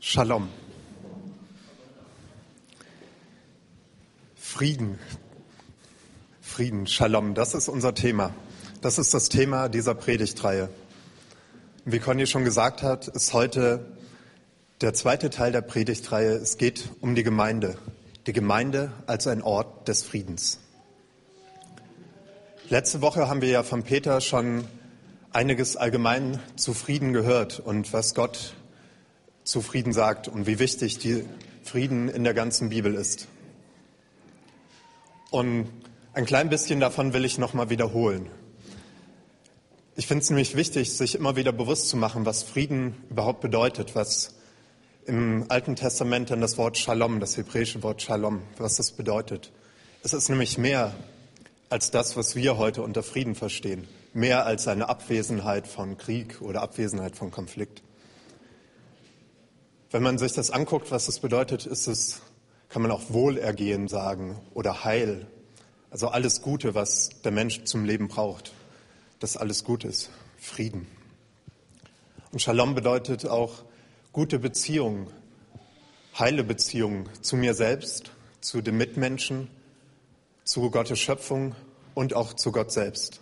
Shalom. Frieden, Shalom, das ist unser Thema. Das ist das Thema dieser Predigtreihe. Wie Conny schon gesagt hat, ist heute der zweite Teil der Predigtreihe. Es geht um die Gemeinde als ein Ort des Friedens. Letzte Woche haben wir ja von Peter schon einiges allgemein zu Frieden gehört und was Gott zu Frieden sagt und wie wichtig die Frieden in der ganzen Bibel ist. Und ein klein bisschen davon will ich nochmal wiederholen. Ich finde es nämlich wichtig, sich immer wieder bewusst zu machen, was Frieden überhaupt bedeutet, was im Alten Testament dann das Wort Shalom, das hebräische Wort Shalom, was das bedeutet. Es ist nämlich mehr als das, was wir heute unter Frieden verstehen. Mehr als eine Abwesenheit von Krieg oder Abwesenheit von Konflikt. Wenn man sich das anguckt, was es bedeutet, kann man auch Wohlergehen sagen oder Heil. Also alles Gute, was der Mensch zum Leben braucht. Das alles gut ist. Frieden. Und Shalom bedeutet auch gute Beziehungen, heile Beziehungen zu mir selbst, zu den Mitmenschen, zu Gottes Schöpfung und auch zu Gott selbst.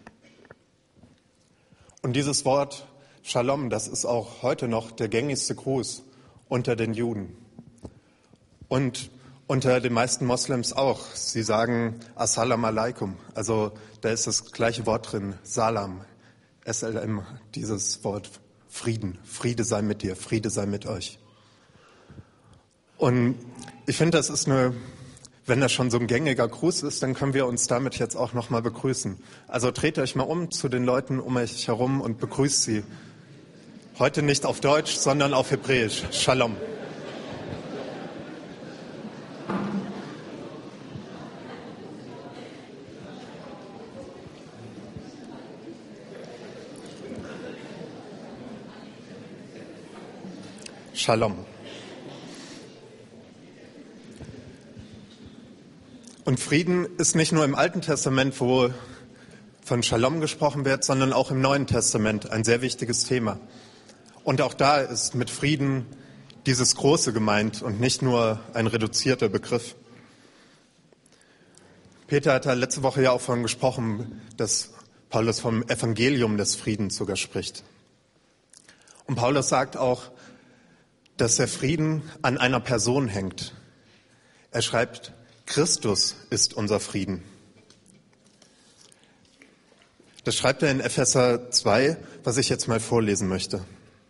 Und dieses Wort Shalom, das ist auch heute noch der gängigste Gruß unter den Juden und unter den meisten Moslems auch. Sie sagen Assalamu alaikum, also da ist das gleiche Wort drin, Salam, SLM, dieses Wort Frieden. Friede sei mit dir, Friede sei mit euch. Und ich finde, wenn das schon so ein gängiger Gruß ist, dann können wir uns damit jetzt auch nochmal begrüßen. Also dreht euch mal um zu den Leuten um euch herum und begrüßt sie. Heute nicht auf Deutsch, sondern auf Hebräisch. Shalom. Shalom. Und Frieden ist nicht nur im Alten Testament, wo von Shalom gesprochen wird, sondern auch im Neuen Testament ein sehr wichtiges Thema. Und auch da ist mit Frieden dieses Große gemeint und nicht nur ein reduzierter Begriff. Peter hat da letzte Woche ja auch von gesprochen, dass Paulus vom Evangelium des Friedens sogar spricht. Und Paulus sagt auch, dass der Frieden an einer Person hängt. Er schreibt, Christus ist unser Frieden. Das schreibt er in Epheser 2, was ich jetzt mal vorlesen möchte.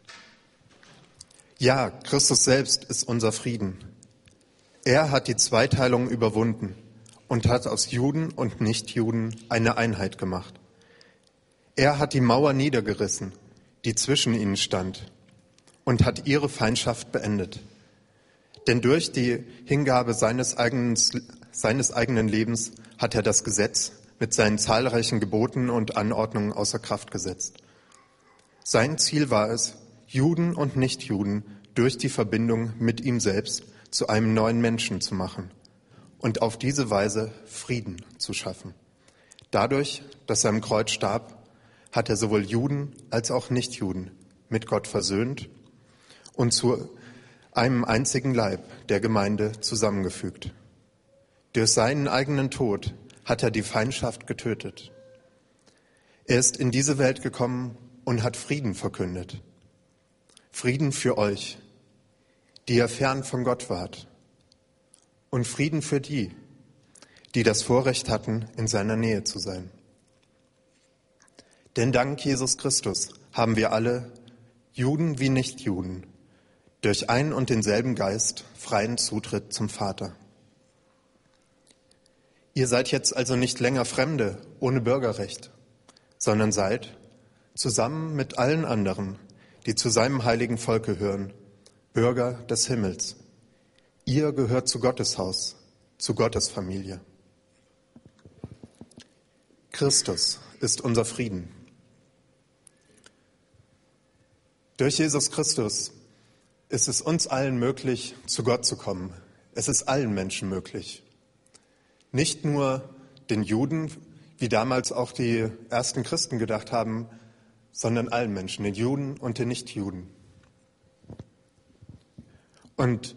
Ja, Christus selbst ist unser Frieden. Er hat die Zweiteilung überwunden und hat aus Juden und Nichtjuden eine Einheit gemacht. Er hat die Mauer niedergerissen, die zwischen ihnen stand, und hat ihre Feindschaft beendet. Denn durch die Hingabe seines eigenen Lebens hat er das Gesetz mit seinen zahlreichen Geboten und Anordnungen außer Kraft gesetzt. Sein Ziel war es, Juden und Nichtjuden durch die Verbindung mit ihm selbst zu einem neuen Menschen zu machen und auf diese Weise Frieden zu schaffen. Dadurch, dass er am Kreuz starb, hat er sowohl Juden als auch Nichtjuden mit Gott versöhnt und zu einem einzigen Leib der Gemeinde zusammengefügt. Durch seinen eigenen Tod hat er die Feindschaft getötet. Er ist in diese Welt gekommen und hat Frieden verkündet. Frieden für euch, die ihr fern von Gott wart. Und Frieden für die das Vorrecht hatten, in seiner Nähe zu sein. Denn dank Jesus Christus haben wir alle, Juden wie Nichtjuden, durch einen und denselben Geist freien Zutritt zum Vater. Ihr seid jetzt also nicht länger Fremde ohne Bürgerrecht, sondern seid, zusammen mit allen anderen, die zu seinem heiligen Volk gehören, Bürger des Himmels. Ihr gehört zu Gottes Haus, zu Gottes Familie. Christus ist unser Frieden. Durch Jesus Christus ist es uns allen möglich, zu Gott zu kommen. Es ist allen Menschen möglich. Nicht nur den Juden, wie damals auch die ersten Christen gedacht haben, sondern allen Menschen, den Juden und den Nichtjuden. Und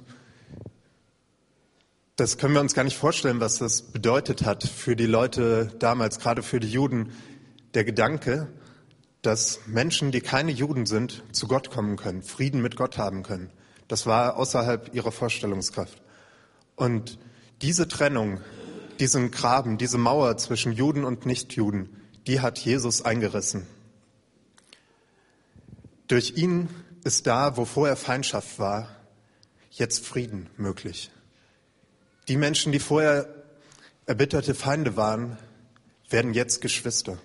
das können wir uns gar nicht vorstellen, was das bedeutet hat für die Leute damals, gerade für die Juden, der Gedanke, dass Menschen, die keine Juden sind, zu Gott kommen können, Frieden mit Gott haben können. Das war außerhalb ihrer Vorstellungskraft. Und diese Trennung, diesen Graben, diese Mauer zwischen Juden und Nichtjuden, die hat Jesus eingerissen. Durch ihn ist da, wo vorher Feindschaft war, jetzt Frieden möglich. Die Menschen, die vorher erbitterte Feinde waren, werden jetzt Geschwister.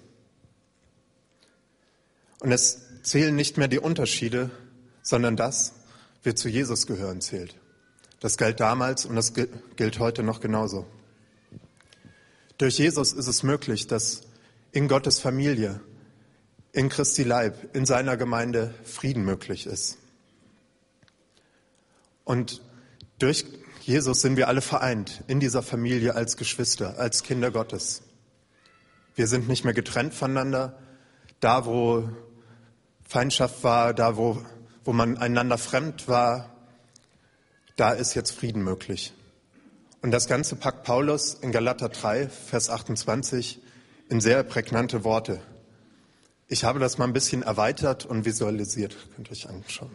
Und es zählen nicht mehr die Unterschiede, sondern das, wer zu Jesus gehören, zählt. Das galt damals und das gilt heute noch genauso. Durch Jesus ist es möglich, dass in Gottes Familie, in Christi Leib, in seiner Gemeinde Frieden möglich ist. Und durch Jesus sind wir alle vereint in dieser Familie als Geschwister, als Kinder Gottes. Wir sind nicht mehr getrennt voneinander. Da, wo Feindschaft war, da, wo man einander fremd war, da ist jetzt Frieden möglich. Und das Ganze packt Paulus in Galater 3, Vers 28 in sehr prägnante Worte. Ich habe das mal ein bisschen erweitert und visualisiert. Könnt ihr euch anschauen.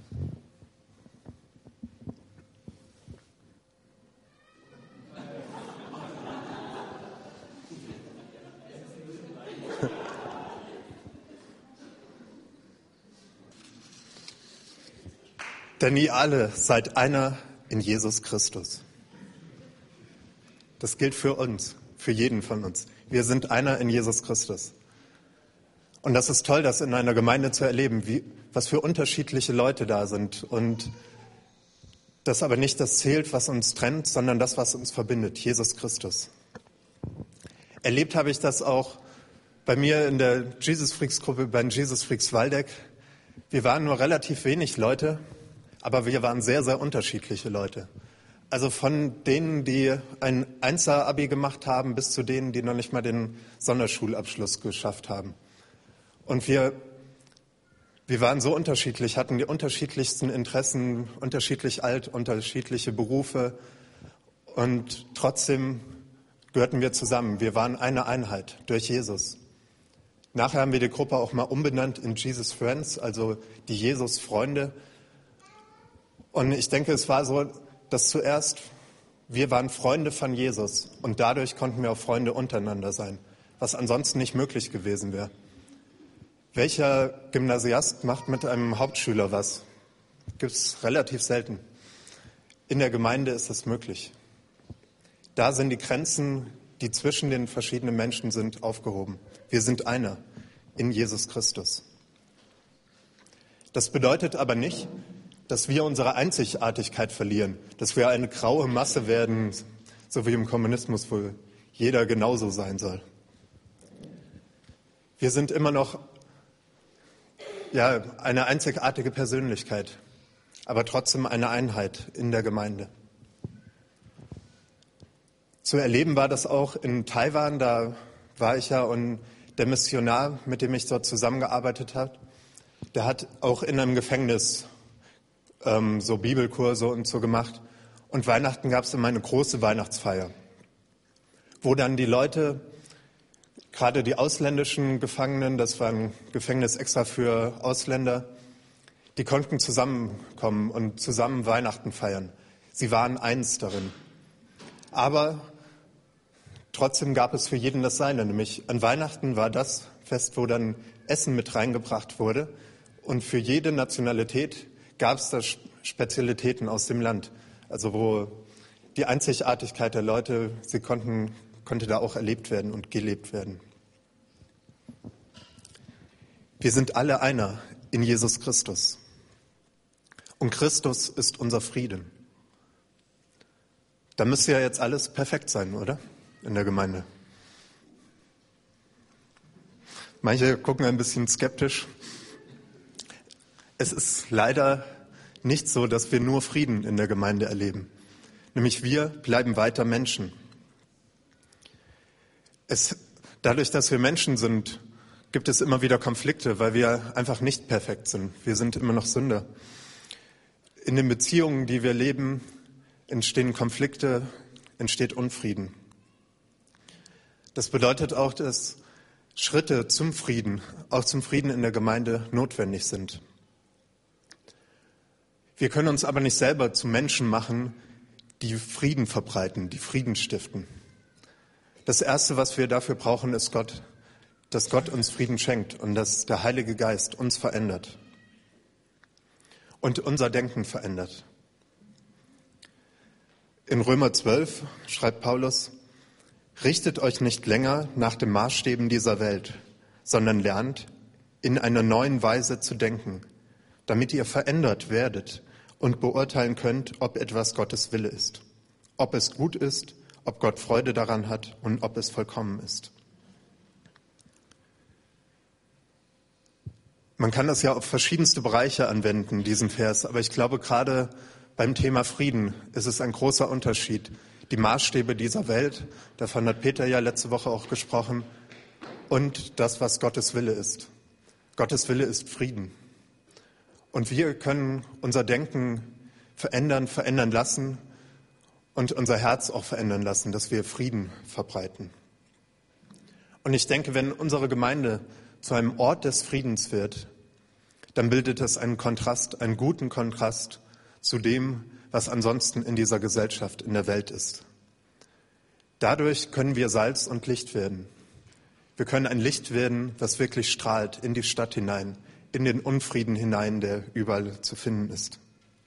Denn ihr alle seid einer in Jesus Christus. Das gilt für uns, für jeden von uns. Wir sind einer in Jesus Christus. Und das ist toll, das in einer Gemeinde zu erleben, was für unterschiedliche Leute da sind. Und das aber nicht das zählt, was uns trennt, sondern das, was uns verbindet, Jesus Christus. Erlebt habe ich das auch bei mir in der Jesus Freaks Gruppe, bei den Jesus Freaks Waldeck. Wir waren nur relativ wenig Leute, aber wir waren sehr, sehr unterschiedliche Leute. Also von denen, die ein Einser-Abi gemacht haben, bis zu denen, die noch nicht mal den Sonderschulabschluss geschafft haben. Und wir waren so unterschiedlich, hatten die unterschiedlichsten Interessen, unterschiedlich alt, unterschiedliche Berufe. Und trotzdem gehörten wir zusammen. Wir waren eine Einheit durch Jesus. Nachher haben wir die Gruppe auch mal umbenannt in Jesus Friends, also die Jesus-Freunde. Und ich denke, es war so, dass zuerst wir waren Freunde von Jesus und dadurch konnten wir auch Freunde untereinander sein, was ansonsten nicht möglich gewesen wäre. Welcher Gymnasiast macht mit einem Hauptschüler was? Gibt es relativ selten. In der Gemeinde ist es möglich. Da sind die Grenzen, die zwischen den verschiedenen Menschen sind, aufgehoben. Wir sind einer in Jesus Christus. Das bedeutet aber nicht, dass wir unsere Einzigartigkeit verlieren, dass wir eine graue Masse werden, so wie im Kommunismus, wo jeder genauso sein soll. Wir sind immer noch eine einzigartige Persönlichkeit, aber trotzdem eine Einheit in der Gemeinde. Zu erleben war das auch in Taiwan, da war ich ja, und der Missionar, mit dem ich dort zusammengearbeitet habe, der hat auch in einem Gefängnis so Bibelkurse und so gemacht. Und Weihnachten gab es immer eine große Weihnachtsfeier, wo dann die Leute, gerade die ausländischen Gefangenen, das war ein Gefängnis extra für Ausländer, die konnten zusammenkommen und zusammen Weihnachten feiern. Sie waren eins darin. Aber trotzdem gab es für jeden das Seine, nämlich an Weihnachten war das Fest, wo dann Essen mit reingebracht wurde. Und für jede Nationalität gab es da Spezialitäten aus dem Land, also wo die Einzigartigkeit der Leute, konnte da auch erlebt werden und gelebt werden. Wir sind alle einer in Jesus Christus. Und Christus ist unser Frieden. Da müsste ja jetzt alles perfekt sein, oder? In der Gemeinde. Manche gucken ein bisschen skeptisch. Es ist leider nicht so, dass wir nur Frieden in der Gemeinde erleben. Nämlich wir bleiben weiter Menschen. Dadurch, dass wir Menschen sind, gibt es immer wieder Konflikte, weil wir einfach nicht perfekt sind. Wir sind immer noch Sünder. In den Beziehungen, die wir leben, entstehen Konflikte, entsteht Unfrieden. Das bedeutet auch, dass Schritte zum Frieden, auch zum Frieden in der Gemeinde, notwendig sind. Wir können uns aber nicht selber zu Menschen machen, die Frieden verbreiten, die Frieden stiften. Das Erste, was wir dafür brauchen, ist Gott, dass Gott uns Frieden schenkt und dass der Heilige Geist uns verändert und unser Denken verändert. In Römer 12 schreibt Paulus: Richtet euch nicht länger nach den Maßstäben dieser Welt, sondern lernt, in einer neuen Weise zu denken, damit ihr verändert werdet und beurteilen könnt, ob etwas Gottes Wille ist, ob es gut ist, ob Gott Freude daran hat und ob es vollkommen ist. Man kann das ja auf verschiedenste Bereiche anwenden, diesen Vers, aber ich glaube, gerade beim Thema Frieden ist es ein großer Unterschied. Die Maßstäbe dieser Welt, davon hat Peter ja letzte Woche auch gesprochen, und das, was Gottes Wille ist. Gottes Wille ist Frieden. Und wir können unser Denken verändern lassen und unser Herz auch verändern lassen, dass wir Frieden verbreiten. Und ich denke, wenn unsere Gemeinde zu einem Ort des Friedens wird, dann bildet es einen Kontrast, einen guten Kontrast zu dem, was ansonsten in dieser Gesellschaft, in der Welt ist. Dadurch können wir Salz und Licht werden. Wir können ein Licht werden, das wirklich strahlt in die Stadt hinein, in den Unfrieden hinein, der überall zu finden ist.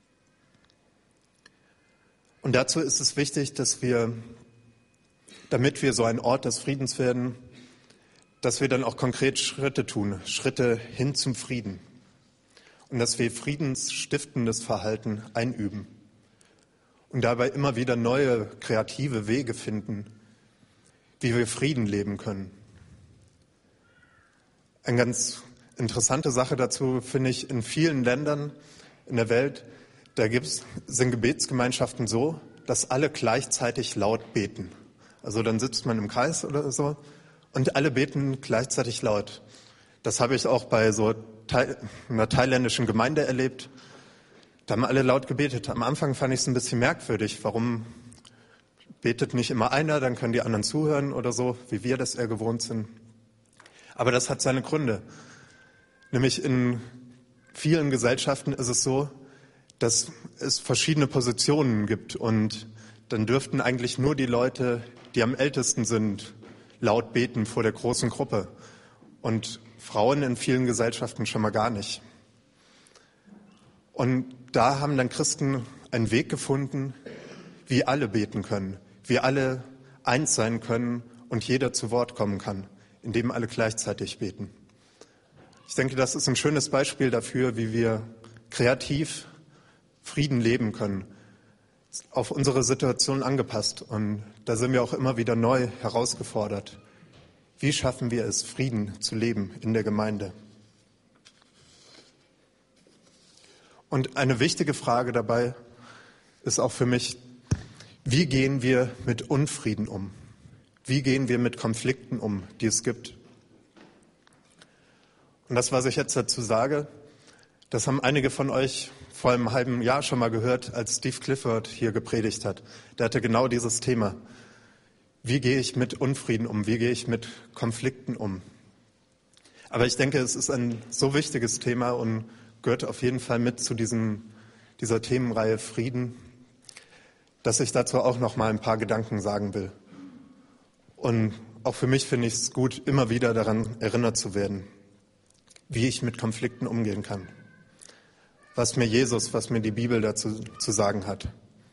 Und dazu ist es wichtig, dass wir, damit wir so ein Ort des Friedens werden, dass wir dann auch konkret Schritte tun, Schritte hin zum Frieden. Und dass wir friedensstiftendes Verhalten einüben. Und dabei immer wieder neue, kreative Wege finden, wie wir Frieden leben können. Eine ganz interessante Sache dazu finde ich, in vielen Ländern in der Welt, sind Gebetsgemeinschaften so, dass alle gleichzeitig laut beten. Also dann sitzt man im Kreis oder so und alle beten gleichzeitig laut. Das habe ich auch bei so einer thailändischen Gemeinde erlebt. Da haben alle laut gebetet. Am Anfang fand ich es ein bisschen merkwürdig. Warum betet nicht immer einer, dann können die anderen zuhören oder so, wie wir das eher gewohnt sind. Aber das hat seine Gründe. Nämlich in vielen Gesellschaften ist es so, dass es verschiedene Positionen gibt. Und dann dürften eigentlich nur die Leute, die am ältesten sind, laut beten vor der großen Gruppe. Und Frauen in vielen Gesellschaften schon mal gar nicht. Und da haben dann Christen einen Weg gefunden, wie alle beten können, wie alle eins sein können und jeder zu Wort kommen kann, indem alle gleichzeitig beten. Ich denke, das ist ein schönes Beispiel dafür, wie wir kreativ Frieden leben können, auf unsere Situation angepasst. Und da sind wir auch immer wieder neu herausgefordert. Wie schaffen wir es, Frieden zu leben in der Gemeinde? Und eine wichtige Frage dabei ist auch für mich, wie gehen wir mit Unfrieden um? Wie gehen wir mit Konflikten um, die es gibt? Und das, was ich jetzt dazu sage, das haben einige von euch vor einem halben Jahr schon mal gehört, als Steve Clifford hier gepredigt hat. Der hatte genau dieses Thema. Wie gehe ich mit Unfrieden um? Wie gehe ich mit Konflikten um? Aber ich denke, es ist ein so wichtiges Thema und gehört auf jeden Fall mit zu dieser Themenreihe Frieden, dass ich dazu auch noch mal ein paar Gedanken sagen will. Und auch für mich finde ich es gut, immer wieder daran erinnert zu werden, wie ich mit Konflikten umgehen kann. Was mir die Bibel dazu zu sagen hat.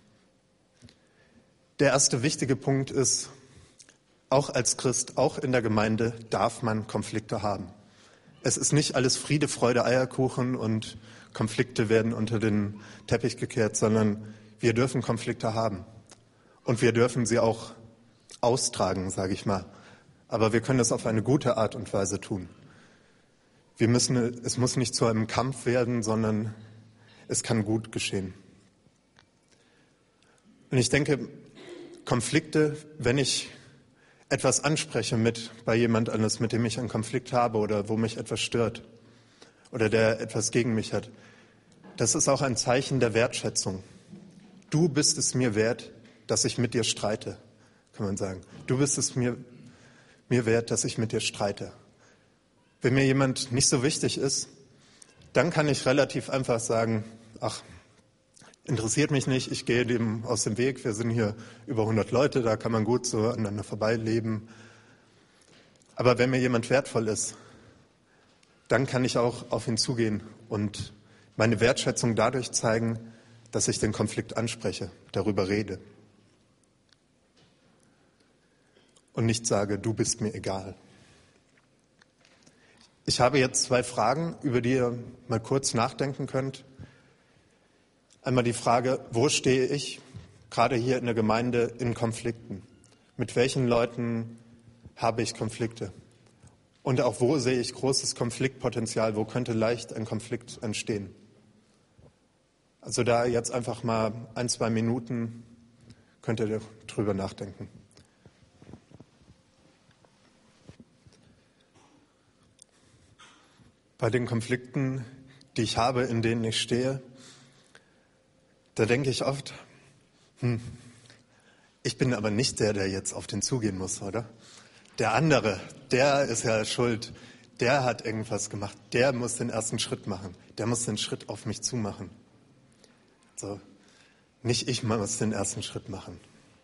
Der erste wichtige Punkt ist, auch als Christ, auch in der Gemeinde darf man Konflikte haben. Es ist nicht alles Friede, Freude, Eierkuchen und Konflikte werden unter den Teppich gekehrt, sondern wir dürfen Konflikte haben. Und wir dürfen sie auch austragen, sage ich mal. Aber wir können es auf eine gute Art und Weise tun. Es muss nicht zu einem Kampf werden, sondern es kann gut geschehen. Und ich denke, Konflikte, wenn ich etwas anspreche bei jemand anderes, mit dem ich einen Konflikt habe oder wo mich etwas stört oder der etwas gegen mich hat, Das ist auch ein Zeichen der Wertschätzung. Du bist es mir wert, dass ich mit dir streite, kann man sagen. Du bist es mir wert, dass ich mit dir streite. Wenn mir jemand nicht so wichtig ist, dann kann ich relativ einfach sagen, ach, interessiert mich nicht, ich gehe dem aus dem Weg, wir sind hier über 100 Leute, da kann man gut so aneinander vorbeileben. Aber wenn mir jemand wertvoll ist, dann kann ich auch auf ihn zugehen und meine Wertschätzung dadurch zeigen, dass ich den Konflikt anspreche, darüber rede und nicht sage, du bist mir egal. Ich habe jetzt 2 Fragen, über die ihr mal kurz nachdenken könnt. Einmal die Frage, wo stehe ich gerade hier in der Gemeinde in Konflikten? Mit welchen Leuten habe ich Konflikte? Und auch wo sehe ich großes Konfliktpotenzial? Wo könnte leicht ein Konflikt entstehen? Also da jetzt einfach mal 1, 2 Minuten könnt ihr drüber nachdenken. Bei den Konflikten, die ich habe, in denen ich stehe, da denke ich oft, ich bin aber nicht der jetzt auf den zugehen muss, oder? Der andere, der ist ja schuld, der hat irgendwas gemacht, der muss den ersten Schritt machen, der muss den Schritt auf mich zumachen. So, nicht ich muss den ersten Schritt machen.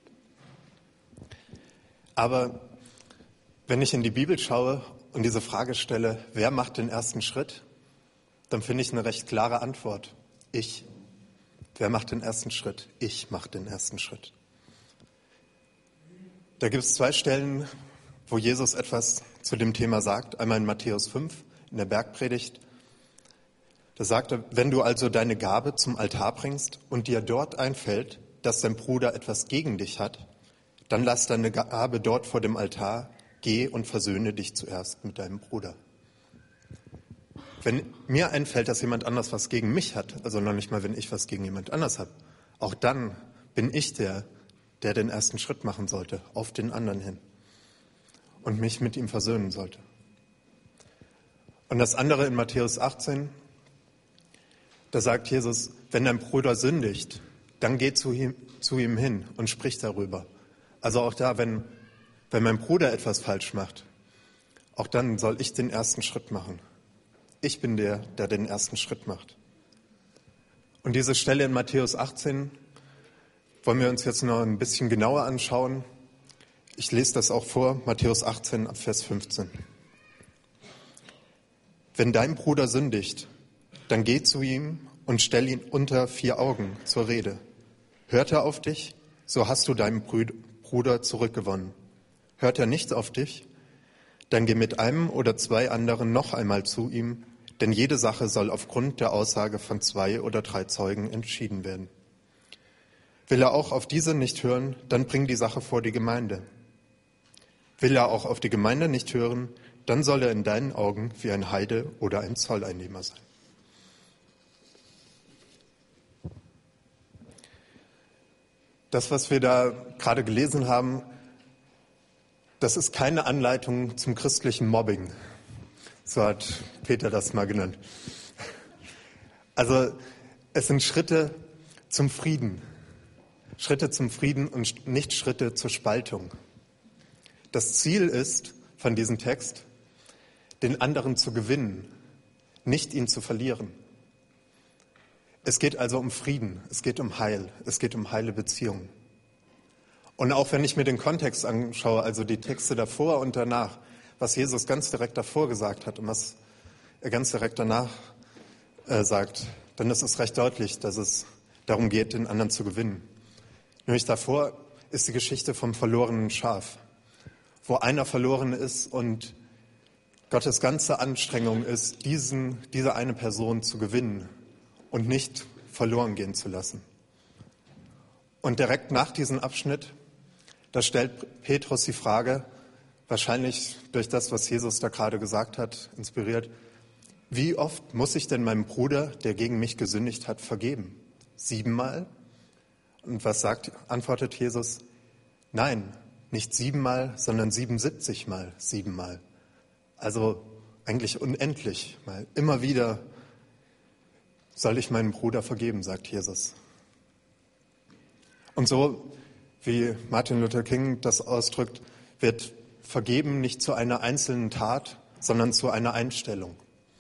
Aber wenn ich in die Bibel schaue und diese Frage stelle, wer macht den ersten Schritt, dann finde ich eine recht klare Antwort. Ich. Wer macht den ersten Schritt? Ich mache den ersten Schritt. Da gibt es 2 Stellen, wo Jesus etwas zu dem Thema sagt. Einmal in Matthäus 5, in der Bergpredigt. Da sagt er, wenn du also deine Gabe zum Altar bringst und dir dort einfällt, dass dein Bruder etwas gegen dich hat, dann lass deine Gabe dort vor dem Altar, geh und versöhne dich zuerst mit deinem Bruder. Wenn mir einfällt, dass jemand anders was gegen mich hat, also noch nicht mal, wenn ich was gegen jemand anders habe, auch dann bin ich der den ersten Schritt machen sollte, auf den anderen hin und mich mit ihm versöhnen sollte. Und das andere in Matthäus 18, da sagt Jesus, wenn dein Bruder sündigt, dann geh zu ihm hin und sprich darüber. Also auch da, wenn mein Bruder etwas falsch macht, auch dann soll ich den ersten Schritt machen. Ich bin der den ersten Schritt macht. Und diese Stelle in Matthäus 18 wollen wir uns jetzt noch ein bisschen genauer anschauen. Ich lese das auch vor, Matthäus 18 ab Vers 15. Wenn dein Bruder sündigt, dann geh zu ihm und stell ihn unter 4 Augen zur Rede. Hört er auf dich, so hast du deinen Bruder zurückgewonnen. Hört er nicht auf dich, dann geh mit einem oder 2 anderen noch einmal zu ihm, denn jede Sache soll aufgrund der Aussage von 2 oder 3 Zeugen entschieden werden. Will er auch auf diese nicht hören, dann bring die Sache vor die Gemeinde. Will er auch auf die Gemeinde nicht hören, dann soll er in deinen Augen wie ein Heide oder ein Zolleinnehmer sein. Das, was wir da gerade gelesen haben, das ist keine Anleitung zum christlichen Mobbing. So hat Peter das mal genannt. Also es sind Schritte zum Frieden. Schritte zum Frieden und nicht Schritte zur Spaltung. Das Ziel ist von diesem Text, den anderen zu gewinnen, nicht ihn zu verlieren. Es geht also um Frieden, es geht um Heil, es geht um heile Beziehungen. Und auch wenn ich mir den Kontext anschaue, also die Texte davor und danach, was Jesus ganz direkt davor gesagt hat und was er ganz direkt danach sagt, dann ist es recht deutlich, dass es darum geht, den anderen zu gewinnen. Nämlich davor ist die Geschichte vom verlorenen Schaf, wo einer verloren ist und Gottes ganze Anstrengung ist, diese eine Person zu gewinnen und nicht verloren gehen zu lassen. Und direkt nach diesem Abschnitt, da stellt Petrus die Frage, wahrscheinlich durch das, was Jesus da gerade gesagt hat, inspiriert, wie oft muss ich denn meinem Bruder, der gegen mich gesündigt hat, vergeben? 7-mal? Und was antwortet Jesus? Nein, nicht 7-mal, sondern 77-mal 7-mal. Also eigentlich unendlich, mal immer wieder soll ich meinen Bruder vergeben, sagt Jesus. Und so, wie Martin Luther King das ausdrückt, wird Vergeben nicht zu einer einzelnen Tat, sondern zu einer Einstellung.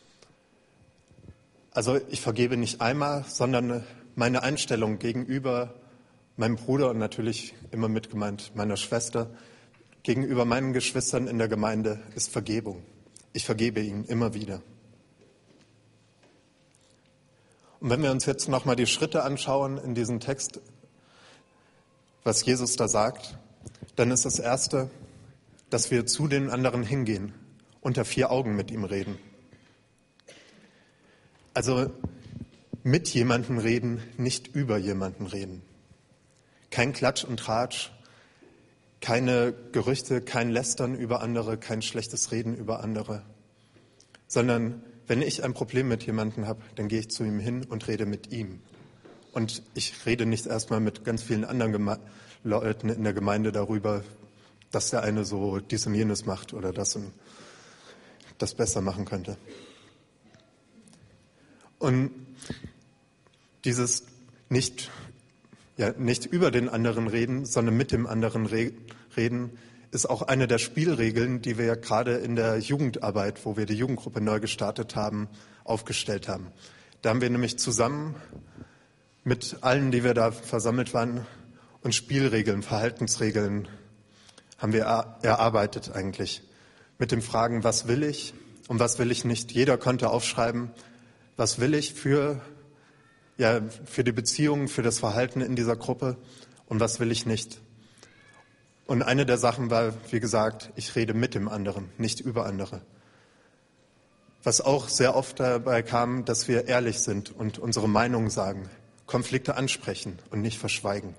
Also ich vergebe nicht einmal, sondern meine Einstellung gegenüber meinem Bruder und natürlich immer mit gemeint meiner Schwester, gegenüber meinen Geschwistern in der Gemeinde ist Vergebung. Ich vergebe ihnen immer wieder. Und wenn wir uns jetzt nochmal die Schritte anschauen in diesem Text, was Jesus da sagt, dann ist das Erste, dass wir zu den anderen hingehen, unter 4 Augen mit ihm reden. Also mit jemandem reden, nicht über jemanden reden. Kein Klatsch und Tratsch, keine Gerüchte, kein Lästern über andere, kein schlechtes Reden über andere, sondern wenn ich ein Problem mit jemandem habe, dann gehe ich zu ihm hin und rede mit ihm. Und ich rede nicht erstmal mit ganz vielen anderen Leuten in der Gemeinde darüber, dass der eine so dies und jenes macht oder das und das besser machen könnte. Und dieses nicht über den anderen reden, sondern mit dem anderen reden, ist auch eine der Spielregeln, die wir ja gerade in der Jugendarbeit, wo wir die Jugendgruppe neu gestartet haben, aufgestellt haben. Da haben wir nämlich zusammen mit allen, die wir da versammelt waren, uns Spielregeln, Verhaltensregeln haben wir erarbeitet eigentlich. Mit den Fragen, was will ich und was will ich nicht. Jeder konnte aufschreiben, was will ich für die Beziehung, für das Verhalten in dieser Gruppe und was will ich nicht. Und eine der Sachen war, wie gesagt, ich rede mit dem anderen, nicht über andere. Was auch sehr oft dabei kam, dass wir ehrlich sind und unsere Meinung sagen, Konflikte ansprechen und nicht verschweigen.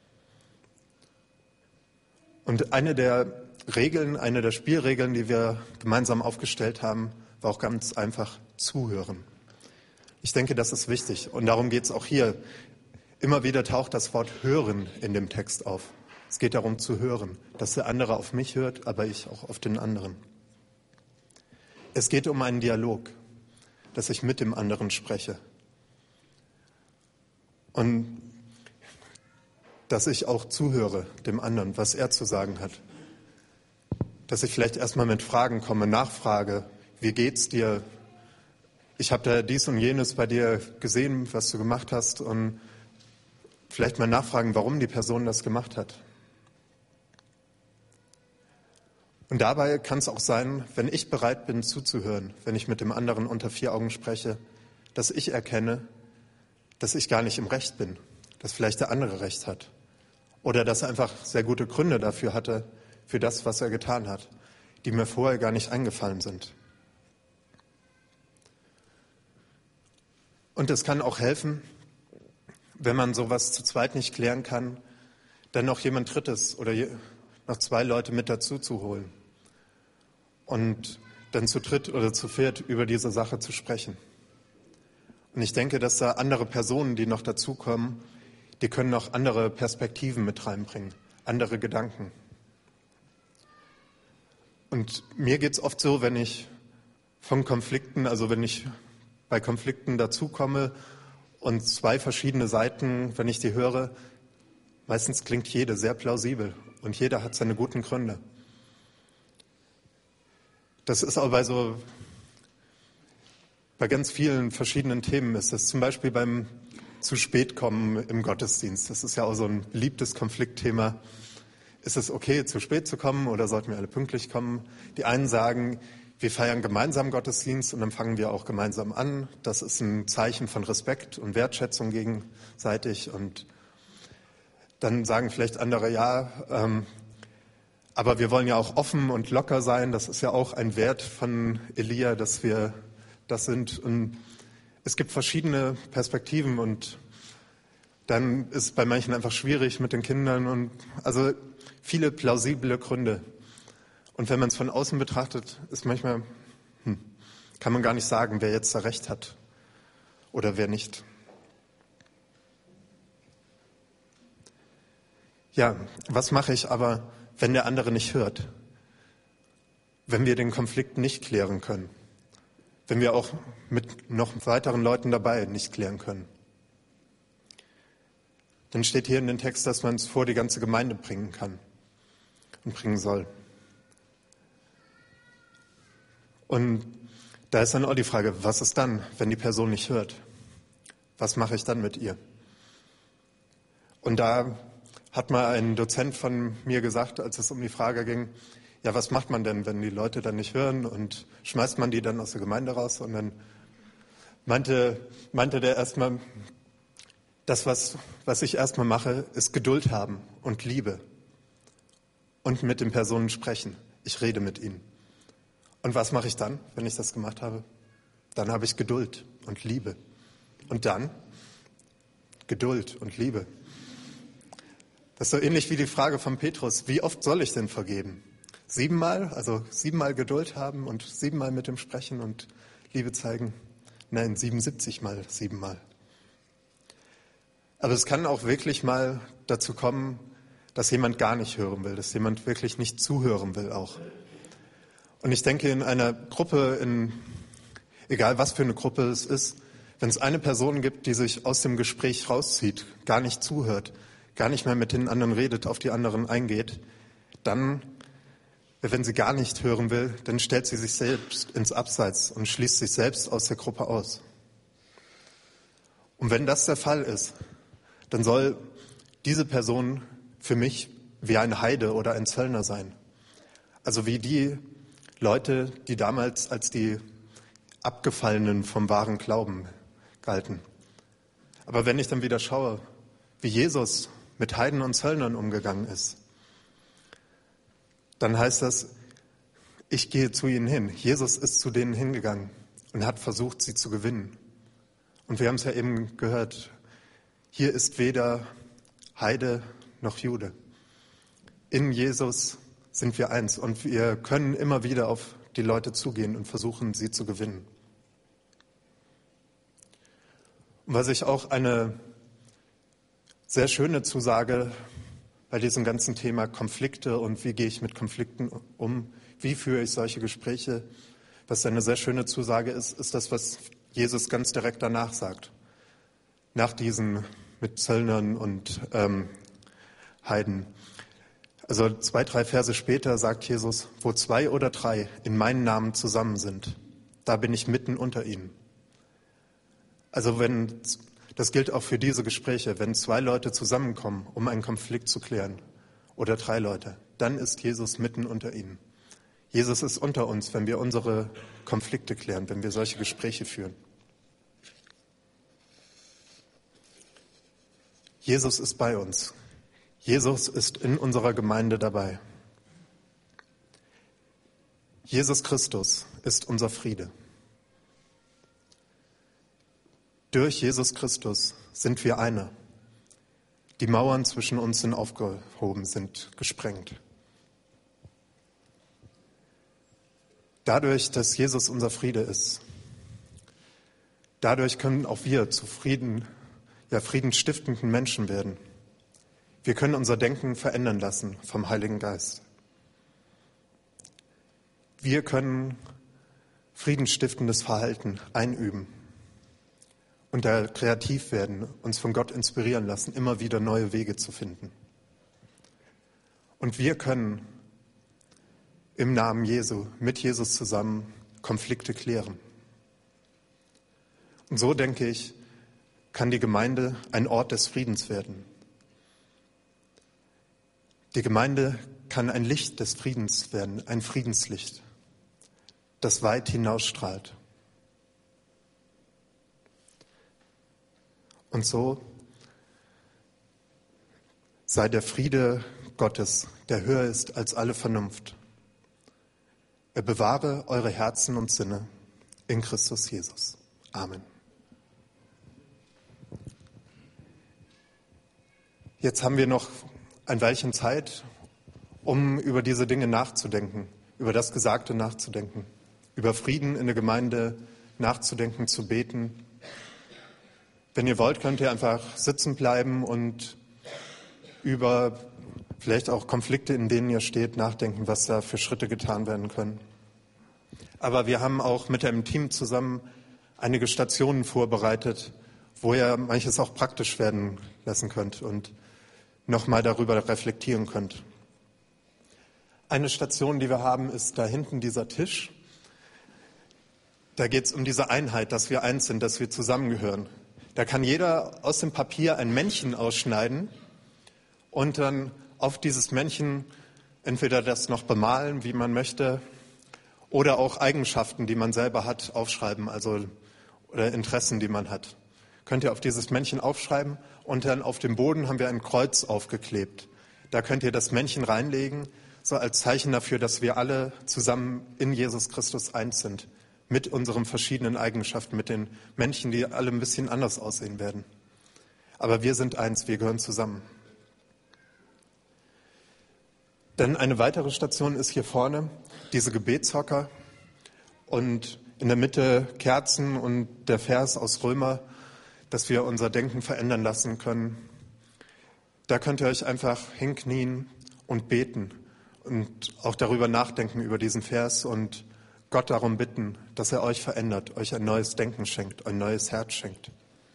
Und eine der Spielregeln, die wir gemeinsam aufgestellt haben, war auch ganz einfach zuhören. Ich denke, das ist wichtig und darum geht es auch hier. Immer wieder taucht das Wort hören in dem Text auf. Es geht darum zu hören, dass der andere auf mich hört, aber ich auch auf den anderen. Es geht um einen Dialog, dass ich mit dem anderen spreche. Und dass ich auch zuhöre dem anderen, was er zu sagen hat. Dass ich vielleicht erstmal mit Fragen komme, nachfrage, wie geht's dir? Ich habe da dies und jenes bei dir gesehen, was du gemacht hast und vielleicht mal nachfragen, warum die Person das gemacht hat. Und dabei kann es auch sein, wenn ich bereit bin zuzuhören, wenn ich mit dem anderen unter 4 Augen spreche, dass ich erkenne, dass ich gar nicht im Recht bin, dass vielleicht der andere Recht hat oder dass er einfach sehr gute Gründe dafür hatte, für das, was er getan hat, die mir vorher gar nicht eingefallen sind. Und es kann auch helfen, wenn man sowas zu zweit nicht klären kann, dann noch jemand Drittes oder noch 2 Leute mit dazu zu holen und dann zu dritt oder zu viert über diese Sache zu sprechen. Und ich denke, dass da andere Personen, die noch dazukommen, die können noch andere Perspektiven mit reinbringen, andere Gedanken. Und mir geht es oft so, wenn ich von Konflikten, also wenn ich bei Konflikten dazukomme und 2 verschiedene Seiten, wenn ich die höre, meistens klingt jede sehr plausibel und jeder hat seine guten Gründe. Das ist aber bei ganz vielen verschiedenen Themen ist das. Zum Beispiel beim zu spät kommen im Gottesdienst. Das ist ja auch so ein beliebtes Konfliktthema. Ist es okay, zu spät zu kommen oder sollten wir alle pünktlich kommen? Die einen sagen, wir feiern gemeinsam Gottesdienst und dann fangen wir auch gemeinsam an. Das ist ein Zeichen von Respekt und Wertschätzung gegenseitig. Und dann sagen vielleicht andere, aber wir wollen ja auch offen und locker sein. Das ist ja auch ein Wert von Elia, dass wir das sind. Und es gibt verschiedene Perspektiven und dann ist bei manchen einfach schwierig mit den Kindern und also viele plausible Gründe. Und wenn man es von außen betrachtet, ist manchmal, kann man gar nicht sagen, wer jetzt da recht hat oder wer nicht. Ja, was mache ich aber, wenn der andere nicht hört? Wenn wir den Konflikt nicht klären können? wenn wir auch mit noch weiteren Leuten dabei nicht klären können. Dann steht hier in dem Text, dass man es vor die ganze Gemeinde bringen kann und bringen soll. Und da ist dann auch die Frage, was ist dann, wenn die Person nicht hört? Was mache ich dann mit ihr? Und da hat mal ein Dozent von mir gesagt, als es um die Frage ging, ja, was macht man denn, wenn die Leute dann nicht hören, und schmeißt man die dann aus der Gemeinde raus? Und dann meinte der erstmal, das, was ich erstmal mache, ist Geduld haben und Liebe und mit den Personen sprechen. Ich rede mit ihnen. Und was mache ich dann, wenn ich das gemacht habe? Dann habe ich Geduld und Liebe. Und dann Geduld und Liebe. Das ist so ähnlich wie die Frage von Petrus, wie oft soll ich denn vergeben? 7-mal, also 7-mal Geduld haben und 7-mal mit dem sprechen und Liebe zeigen? Nein, 77-mal, 7-mal. Aber es kann auch wirklich mal dazu kommen, dass jemand gar nicht hören will, dass jemand wirklich nicht zuhören will auch. Und ich denke, in einer Gruppe, egal was für eine Gruppe es ist, wenn es eine Person gibt, die sich aus dem Gespräch rauszieht, gar nicht zuhört, gar nicht mehr mit den anderen redet, auf die anderen eingeht, dann, wenn sie gar nicht hören will, dann stellt sie sich selbst ins Abseits und schließt sich selbst aus der Gruppe aus. Und wenn das der Fall ist, dann soll diese Person für mich wie ein Heide oder ein Zöllner sein. Also wie die Leute, die damals als die Abgefallenen vom wahren Glauben galten. Aber wenn ich dann wieder schaue, wie Jesus mit Heiden und Zöllnern umgegangen ist, dann heißt das, ich gehe zu ihnen hin. Jesus ist zu denen hingegangen und hat versucht, sie zu gewinnen. Und wir haben es ja eben gehört, hier ist weder Heide noch Jude. In Jesus sind wir eins und wir können immer wieder auf die Leute zugehen und versuchen, sie zu gewinnen. Und was ich auch eine sehr schöne Zusage bei diesem ganzen Thema Konflikte und wie gehe ich mit Konflikten um, wie führe ich solche Gespräche, was eine sehr schöne Zusage ist, ist das, was Jesus ganz direkt danach sagt. Nach diesen mit Zöllnern und Heiden. Also 2, 3 Verse später sagt Jesus, wo 2 oder 3 in meinem Namen zusammen sind, da bin ich mitten unter ihnen. Also das gilt auch für diese Gespräche, wenn 2 Leute zusammenkommen, um einen Konflikt zu klären, oder 3 Leute, dann ist Jesus mitten unter ihnen. Jesus ist unter uns, wenn wir unsere Konflikte klären, wenn wir solche Gespräche führen. Jesus ist bei uns. Jesus ist in unserer Gemeinde dabei. Jesus Christus ist unser Friede. Durch Jesus Christus sind wir einer. Die Mauern zwischen uns sind aufgehoben, sind gesprengt. Dadurch, dass Jesus unser Friede ist, dadurch können auch wir zu friedensstiftenden Menschen werden. Wir können unser Denken verändern lassen vom Heiligen Geist. Wir können friedensstiftendes Verhalten einüben und da kreativ werden, uns von Gott inspirieren lassen, immer wieder neue Wege zu finden. Und wir können im Namen Jesu, mit Jesus zusammen, Konflikte klären. Und so, denke ich, kann die Gemeinde ein Ort des Friedens werden. Die Gemeinde kann ein Licht des Friedens werden, ein Friedenslicht, das weit hinausstrahlt. Und so sei der Friede Gottes, der höher ist als alle Vernunft. Er bewahre eure Herzen und Sinne in Christus Jesus. Amen. Jetzt haben wir noch ein Weilchen Zeit, um über diese Dinge nachzudenken, über das Gesagte nachzudenken, über Frieden in der Gemeinde nachzudenken, zu beten. Wenn ihr wollt, könnt ihr einfach sitzen bleiben und über vielleicht auch Konflikte, in denen ihr steht, nachdenken, was da für Schritte getan werden können. Aber wir haben auch mit dem Team zusammen einige Stationen vorbereitet, wo ihr manches auch praktisch werden lassen könnt und nochmal darüber reflektieren könnt. Eine Station, die wir haben, ist da hinten dieser Tisch. Da geht es um diese Einheit, dass wir eins sind, dass wir zusammengehören. Da kann jeder aus dem Papier ein Männchen ausschneiden und dann auf dieses Männchen entweder das noch bemalen, wie man möchte, oder auch Eigenschaften, die man selber hat, aufschreiben, also oder Interessen, die man hat. Könnt ihr auf dieses Männchen aufschreiben und dann auf dem Boden haben wir ein Kreuz aufgeklebt. Da könnt ihr das Männchen reinlegen, so als Zeichen dafür, dass wir alle zusammen in Jesus Christus eins sind, mit unseren verschiedenen Eigenschaften, mit den Männchen, die alle ein bisschen anders aussehen werden. Aber wir sind eins, wir gehören zusammen. Dann eine weitere Station ist hier vorne, diese Gebetshocker und in der Mitte Kerzen und der Vers aus Römer, dass wir unser Denken verändern lassen können. Da könnt ihr euch einfach hinknien und beten und auch darüber nachdenken, über diesen Vers und Gott darum bitten, dass er euch verändert, euch ein neues Denken schenkt, ein neues Herz schenkt.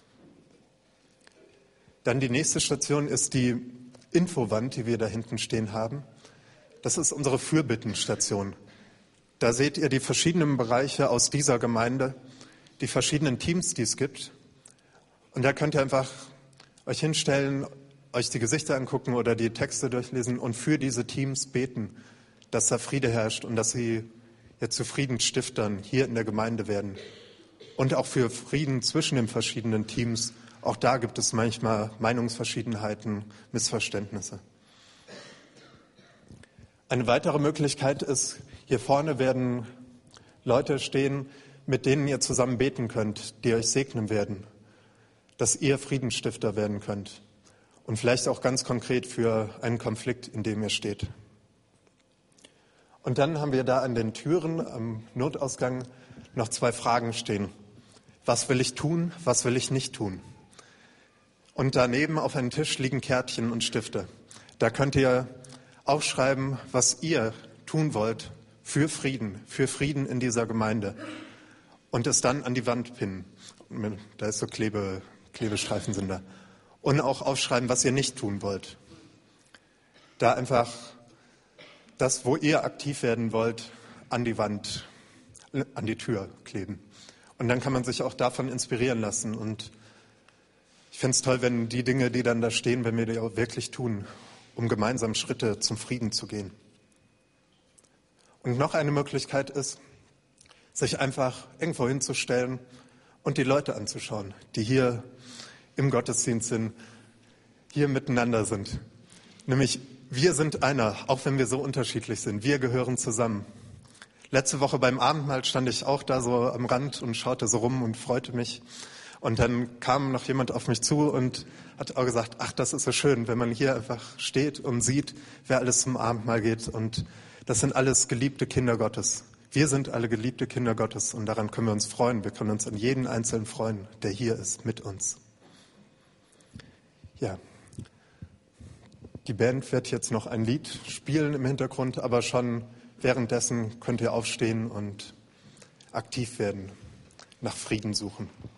Dann die nächste Station ist die Infowand, die wir da hinten stehen haben. Das ist unsere Fürbittenstation. Da seht ihr die verschiedenen Bereiche aus dieser Gemeinde, die verschiedenen Teams, die es gibt. Und da könnt ihr einfach euch hinstellen, euch die Gesichter angucken oder die Texte durchlesen und für diese Teams beten, dass da Friede herrscht und dass sie jetzt zu Friedensstiftern hier in der Gemeinde werden. Und auch für Frieden zwischen den verschiedenen Teams. Auch da gibt es manchmal Meinungsverschiedenheiten, Missverständnisse. Eine weitere Möglichkeit ist, hier vorne werden Leute stehen, mit denen ihr zusammen beten könnt, die euch segnen werden, dass ihr Friedensstifter werden könnt und vielleicht auch ganz konkret für einen Konflikt, in dem ihr steht. Und dann haben wir da an den Türen am Notausgang noch 2 Fragen stehen. Was will ich tun, was will ich nicht tun? Und daneben auf einem Tisch liegen Kärtchen und Stifte. Da könnt ihr aufschreiben, was ihr tun wollt für Frieden in dieser Gemeinde und es dann an die Wand pinnen. Da ist so Klebestreifen sind da. Und auch aufschreiben, was ihr nicht tun wollt. Da einfach das, wo ihr aktiv werden wollt, an die Wand, an die Tür kleben. Und dann kann man sich auch davon inspirieren lassen. Und ich finde es toll, wenn die Dinge, die dann da stehen, wenn wir die auch wirklich tun, um gemeinsam Schritte zum Frieden zu gehen. Und noch eine Möglichkeit ist, sich einfach irgendwo hinzustellen und die Leute anzuschauen, die hier im Gottesdienst sind, hier miteinander sind. Nämlich, wir sind einer, auch wenn wir so unterschiedlich sind. Wir gehören zusammen. Letzte Woche beim Abendmahl stand ich auch da so am Rand und schaute so rum und freute mich. Und dann kam noch jemand auf mich zu und hat auch gesagt, ach, das ist so schön, wenn man hier einfach steht und sieht, wer alles zum Abendmahl geht. Und das sind alles geliebte Kinder Gottes. Wir sind alle geliebte Kinder Gottes und daran können wir uns freuen. Wir können uns an jeden Einzelnen freuen, der hier ist mit uns. Ja, die Band wird jetzt noch ein Lied spielen im Hintergrund, aber schon währenddessen könnt ihr aufstehen und aktiv werden, nach Frieden suchen.